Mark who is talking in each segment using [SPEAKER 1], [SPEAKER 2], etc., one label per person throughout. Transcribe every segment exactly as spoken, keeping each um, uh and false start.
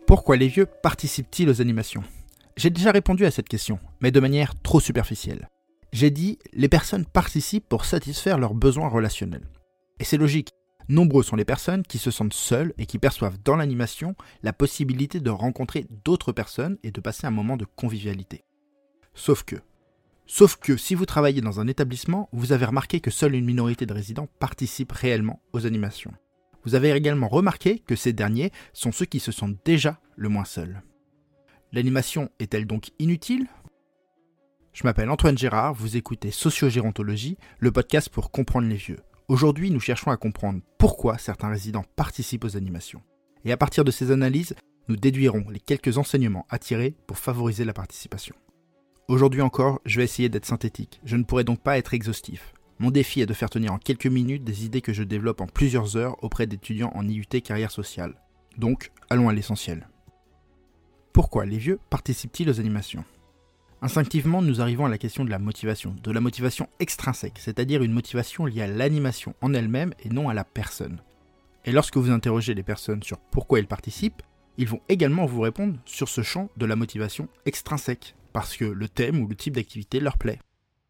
[SPEAKER 1] Pourquoi les vieux participent-ils aux animations ? J'ai déjà répondu à cette question, mais de manière trop superficielle. J'ai dit « les personnes participent pour satisfaire leurs besoins relationnels ». Et c'est logique, nombreux sont les personnes qui se sentent seules et qui perçoivent dans l'animation la possibilité de rencontrer d'autres personnes et de passer un moment de convivialité. Sauf que, sauf que si vous travaillez dans un établissement, vous avez remarqué que seule une minorité de résidents participent réellement aux animations. Vous avez également remarqué que ces derniers sont ceux qui se sentent déjà le moins seuls. L'animation est-elle donc inutile ? Je m'appelle Antoine Gérard, vous écoutez Sociogérontologie, le podcast pour comprendre les vieux. Aujourd'hui, nous cherchons à comprendre pourquoi certains résidents participent aux animations. Et à partir de ces analyses, nous déduirons les quelques enseignements à tirer pour favoriser la participation. Aujourd'hui encore, je vais essayer d'être synthétique, je ne pourrai donc pas être exhaustif. Mon défi est de faire tenir en quelques minutes des idées que je développe en plusieurs heures auprès d'étudiants en I U T carrière sociale. Donc, allons à l'essentiel. Pourquoi les vieux participent-ils aux animations ? Instinctivement, nous arrivons à la question de la motivation, de la motivation extrinsèque, c'est-à-dire une motivation liée à l'animation en elle-même et non à la personne. Et lorsque vous interrogez les personnes sur pourquoi elles participent, ils vont également vous répondre sur ce champ de la motivation extrinsèque, parce que le thème ou le type d'activité leur plaît.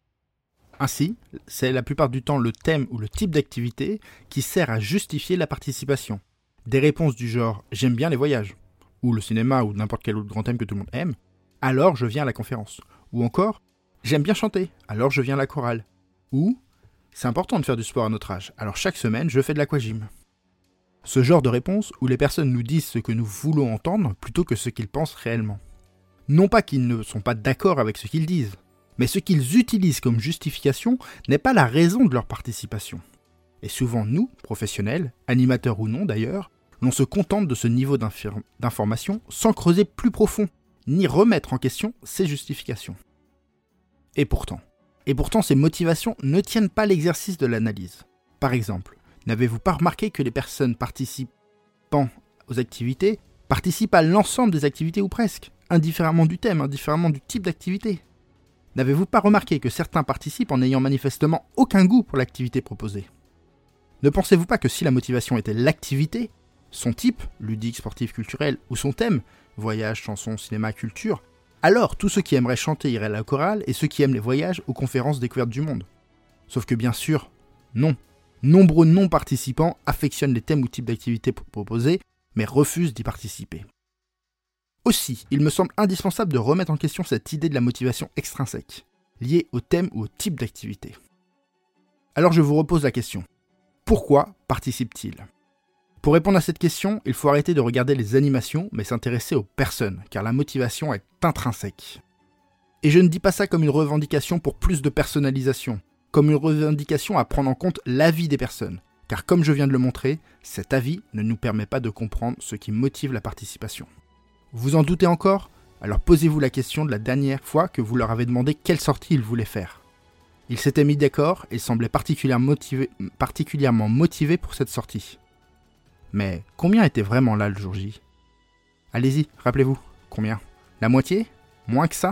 [SPEAKER 1] Ainsi, c'est la plupart du temps le thème ou le type d'activité qui sert à justifier la participation. Des réponses du genre « j'aime bien les voyages » ou le cinéma ou n'importe quel autre grand thème que tout le monde aime, alors je viens à la conférence. Ou encore « j'aime bien chanter, alors je viens à la chorale » ou « c'est important de faire du sport à notre âge, alors chaque semaine je fais de l'aquagym ». Ce genre de réponse où les personnes nous disent ce que nous voulons entendre plutôt que ce qu'ils pensent réellement. Non pas qu'ils ne sont pas d'accord avec ce qu'ils disent, mais ce qu'ils utilisent comme justification n'est pas la raison de leur participation. Et souvent nous, professionnels, animateurs ou non d'ailleurs, l'on se contente de ce niveau d'infir- d'information sans creuser plus profond, ni remettre en question ces justifications. Et pourtant, et pourtant ces motivations ne tiennent pas l'exercice de l'analyse. Par exemple, n'avez-vous pas remarqué que les personnes participant aux activités participent à l'ensemble des activités ou presque, indifféremment du thème, indifféremment du type d'activité ? N'avez-vous pas remarqué que certains participent en n'ayant manifestement aucun goût pour l'activité proposée ? Ne pensez-vous pas que si la motivation était l'activité, son type, ludique, sportif, culturel, ou son thème, voyage, chanson, cinéma, culture, alors tous ceux qui aimeraient chanter iraient à la chorale et ceux qui aiment les voyages aux conférences découvertes du monde. Sauf que bien sûr, non. Nombreux non-participants affectionnent les thèmes ou types d'activités proposés, mais refusent d'y participer. Aussi, il me semble indispensable de remettre en question cette idée de la motivation extrinsèque, liée au thème ou au type d'activité. Alors je vous repose la question. Pourquoi participent-ils ? Pour répondre à cette question, il faut arrêter de regarder les animations, mais s'intéresser aux personnes, car la motivation est intrinsèque. Et je ne dis pas ça comme une revendication pour plus de personnalisation, comme une revendication à prendre en compte l'avis des personnes, car comme je viens de le montrer, cet avis ne nous permet pas de comprendre ce qui motive la participation. Vous en doutez encore ? Alors posez-vous la question de la dernière fois que vous leur avez demandé quelle sortie ils voulaient faire. Ils s'étaient mis d'accord et semblaient particulièrement motivés, particulièrement motivés pour cette sortie. Mais combien étaient vraiment là le jour J ? Allez-y, rappelez-vous, combien ? La moitié ? Moins que ça ?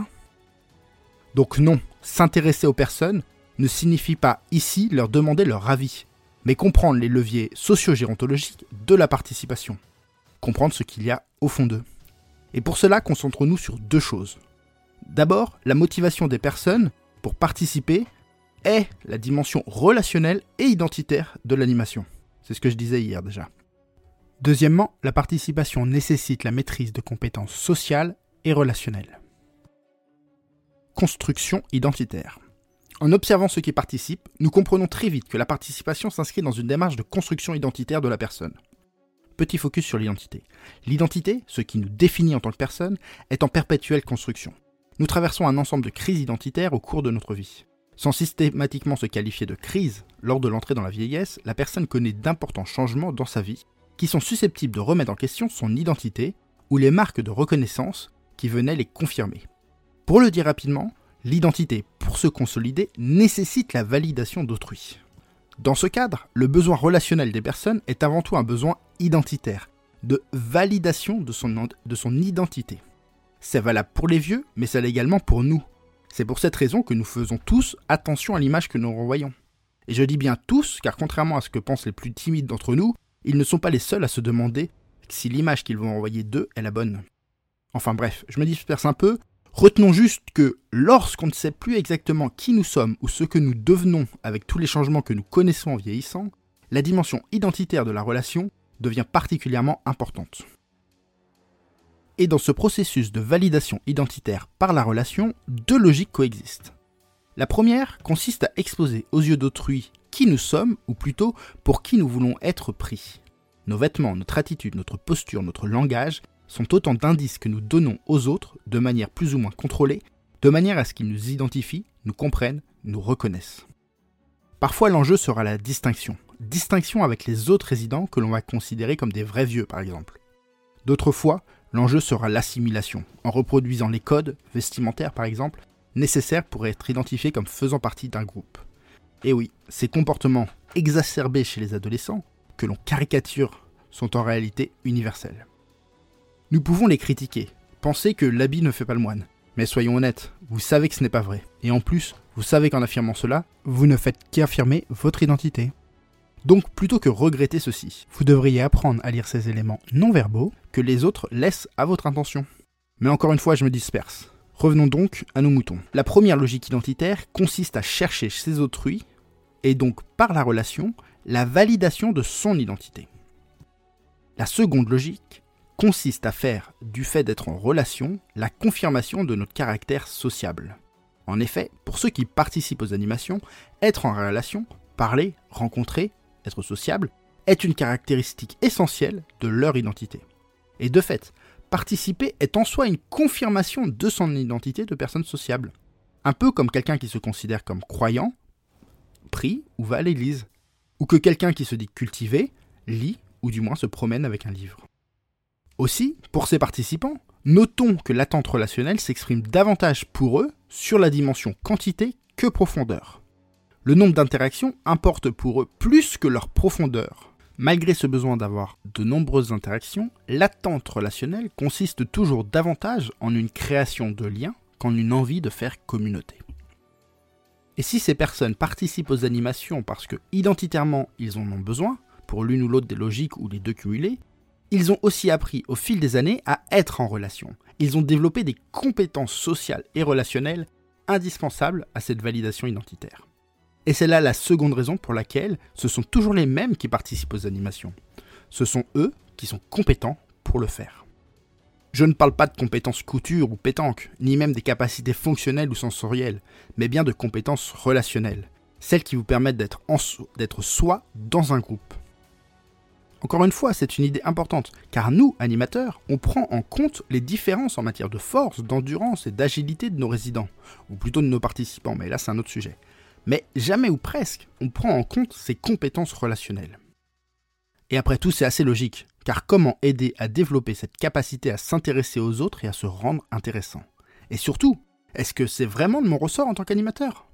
[SPEAKER 1] Donc non, s'intéresser aux personnes ne signifie pas ici leur demander leur avis, mais comprendre les leviers socio-gérontologiques de la participation. Comprendre ce qu'il y a au fond d'eux. Et pour cela, concentrons-nous sur deux choses. D'abord, la motivation des personnes pour participer est la dimension relationnelle et identitaire de l'animation. C'est ce que je disais hier déjà. Deuxièmement, la participation nécessite la maîtrise de compétences sociales et relationnelles. Construction identitaire. En observant ceux qui participent, nous comprenons très vite que la participation s'inscrit dans une démarche de construction identitaire de la personne. Petit focus sur l'identité. L'identité, ce qui nous définit en tant que personne, est en perpétuelle construction. Nous traversons un ensemble de crises identitaires au cours de notre vie. Sans systématiquement se qualifier de crise, lors de l'entrée dans la vieillesse, la personne connaît d'importants changements dans sa vie qui sont susceptibles de remettre en question son identité ou les marques de reconnaissance qui venaient les confirmer. Pour le dire rapidement, l'identité, pour se consolider, nécessite la validation d'autrui. Dans ce cadre, le besoin relationnel des personnes est avant tout un besoin identitaire, de validation de son, de son identité. C'est valable pour les vieux, mais c'est également pour nous. C'est pour cette raison que nous faisons tous attention à l'image que nous renvoyons. Et je dis bien tous, car contrairement à ce que pensent les plus timides d'entre nous, ils ne sont pas les seuls à se demander si l'image qu'ils vont envoyer d'eux est la bonne. Enfin bref, je me disperse un peu. Retenons juste que lorsqu'on ne sait plus exactement qui nous sommes ou ce que nous devenons avec tous les changements que nous connaissons en vieillissant, la dimension identitaire de la relation devient particulièrement importante. Et dans ce processus de validation identitaire par la relation, deux logiques coexistent. La première consiste à exposer aux yeux d'autrui qui nous sommes, ou plutôt pour qui nous voulons être pris. Nos vêtements, notre attitude, notre posture, notre langage sont autant d'indices que nous donnons aux autres de manière plus ou moins contrôlée, de manière à ce qu'ils nous identifient, nous comprennent, nous reconnaissent. Parfois l'enjeu sera la distinction. Distinction avec les autres résidents que l'on va considérer comme des vrais vieux par exemple. D'autres fois, l'enjeu sera l'assimilation, en reproduisant les codes, vestimentaires par exemple, nécessaires pour être identifiés comme faisant partie d'un groupe. Et oui, ces comportements exacerbés chez les adolescents, que l'on caricature, sont en réalité universels. Nous pouvons les critiquer, penser que l'habit ne fait pas le moine. Mais soyons honnêtes, vous savez que ce n'est pas vrai. Et en plus, vous savez qu'en affirmant cela, vous ne faites qu'affirmer votre identité. Donc plutôt que regretter ceci, vous devriez apprendre à lire ces éléments non verbaux que les autres laissent à votre intention. Mais encore une fois, je me disperse. Revenons donc à nos moutons. La première logique identitaire consiste à chercher chez autrui, et donc par la relation, la validation de son identité. La seconde logique consiste à faire du fait d'être en relation la confirmation de notre caractère sociable. En effet, pour ceux qui participent aux animations, être en relation, parler, rencontrer, être sociable, est une caractéristique essentielle de leur identité. Et de fait, participer est en soi une confirmation de son identité de personne sociable. Un peu comme quelqu'un qui se considère comme croyant, prie ou va à l'église. Ou que quelqu'un qui se dit cultivé, lit ou du moins se promène avec un livre. Aussi, pour ces participants, notons que l'attente relationnelle s'exprime davantage pour eux sur la dimension quantité que profondeur. Le nombre d'interactions importe pour eux plus que leur profondeur. Malgré ce besoin d'avoir de nombreuses interactions, l'attente relationnelle consiste toujours davantage en une création de liens qu'en une envie de faire communauté. Et si ces personnes participent aux animations parce que identitairement ils en ont besoin, pour l'une ou l'autre des logiques ou les deux cumulées, ils ont aussi appris au fil des années à être en relation. Ils ont développé des compétences sociales et relationnelles indispensables à cette validation identitaire. Et c'est là la seconde raison pour laquelle ce sont toujours les mêmes qui participent aux animations. Ce sont eux qui sont compétents pour le faire. Je ne parle pas de compétences couture ou pétanque, ni même des capacités fonctionnelles ou sensorielles, mais bien de compétences relationnelles, celles qui vous permettent d'être, en so- d'être soi dans un groupe. Encore une fois, c'est une idée importante, car nous, animateurs, on prend en compte les différences en matière de force, d'endurance et d'agilité de nos résidents, ou plutôt de nos participants, mais là c'est un autre sujet. Mais jamais ou presque, on prend en compte ces compétences relationnelles. Et après tout, c'est assez logique, car comment aider à développer cette capacité à s'intéresser aux autres et à se rendre intéressant? Et surtout, est-ce que c'est vraiment de mon ressort en tant qu'animateur?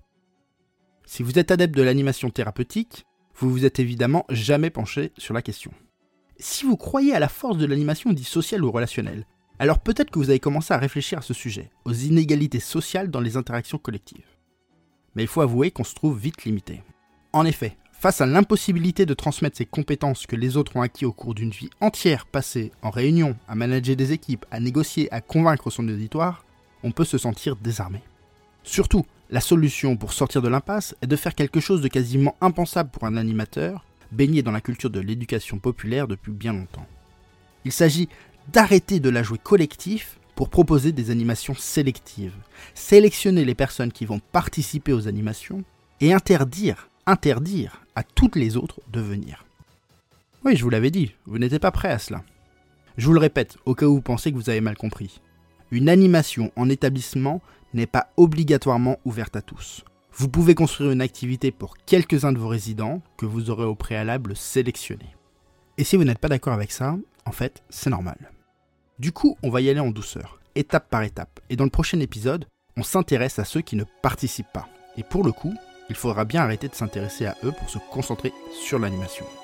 [SPEAKER 1] Si vous êtes adepte de l'animation thérapeutique, vous vous êtes évidemment jamais penché sur la question. Si vous croyez à la force de l'animation dite sociale ou relationnelle, alors peut-être que vous avez commencé à réfléchir à ce sujet, aux inégalités sociales dans les interactions collectives. Mais il faut avouer qu'on se trouve vite limité. En effet, face à l'impossibilité de transmettre ces compétences que les autres ont acquis au cours d'une vie entière passée en réunion, à manager des équipes, à négocier, à convaincre son auditoire, on peut se sentir désarmé. Surtout, la solution pour sortir de l'impasse est de faire quelque chose de quasiment impensable pour un animateur, baigné dans la culture de l'éducation populaire depuis bien longtemps. Il s'agit d'arrêter de la jouer collectif pour proposer des animations sélectives, sélectionner les personnes qui vont participer aux animations et interdire, interdire à toutes les autres de venir. Oui, je vous l'avais dit, vous n'étiez pas prêt à cela. Je vous le répète, au cas où vous pensez que vous avez mal compris. Une animation en établissement n'est pas obligatoirement ouverte à tous. Vous pouvez construire une activité pour quelques-uns de vos résidents que vous aurez au préalable sélectionnés. Et si vous n'êtes pas d'accord avec ça, en fait, c'est normal. Du coup, on va y aller en douceur, étape par étape. Et dans le prochain épisode, on s'intéresse à ceux qui ne participent pas. Et pour le coup, il faudra bien arrêter de s'intéresser à eux pour se concentrer sur l'animation.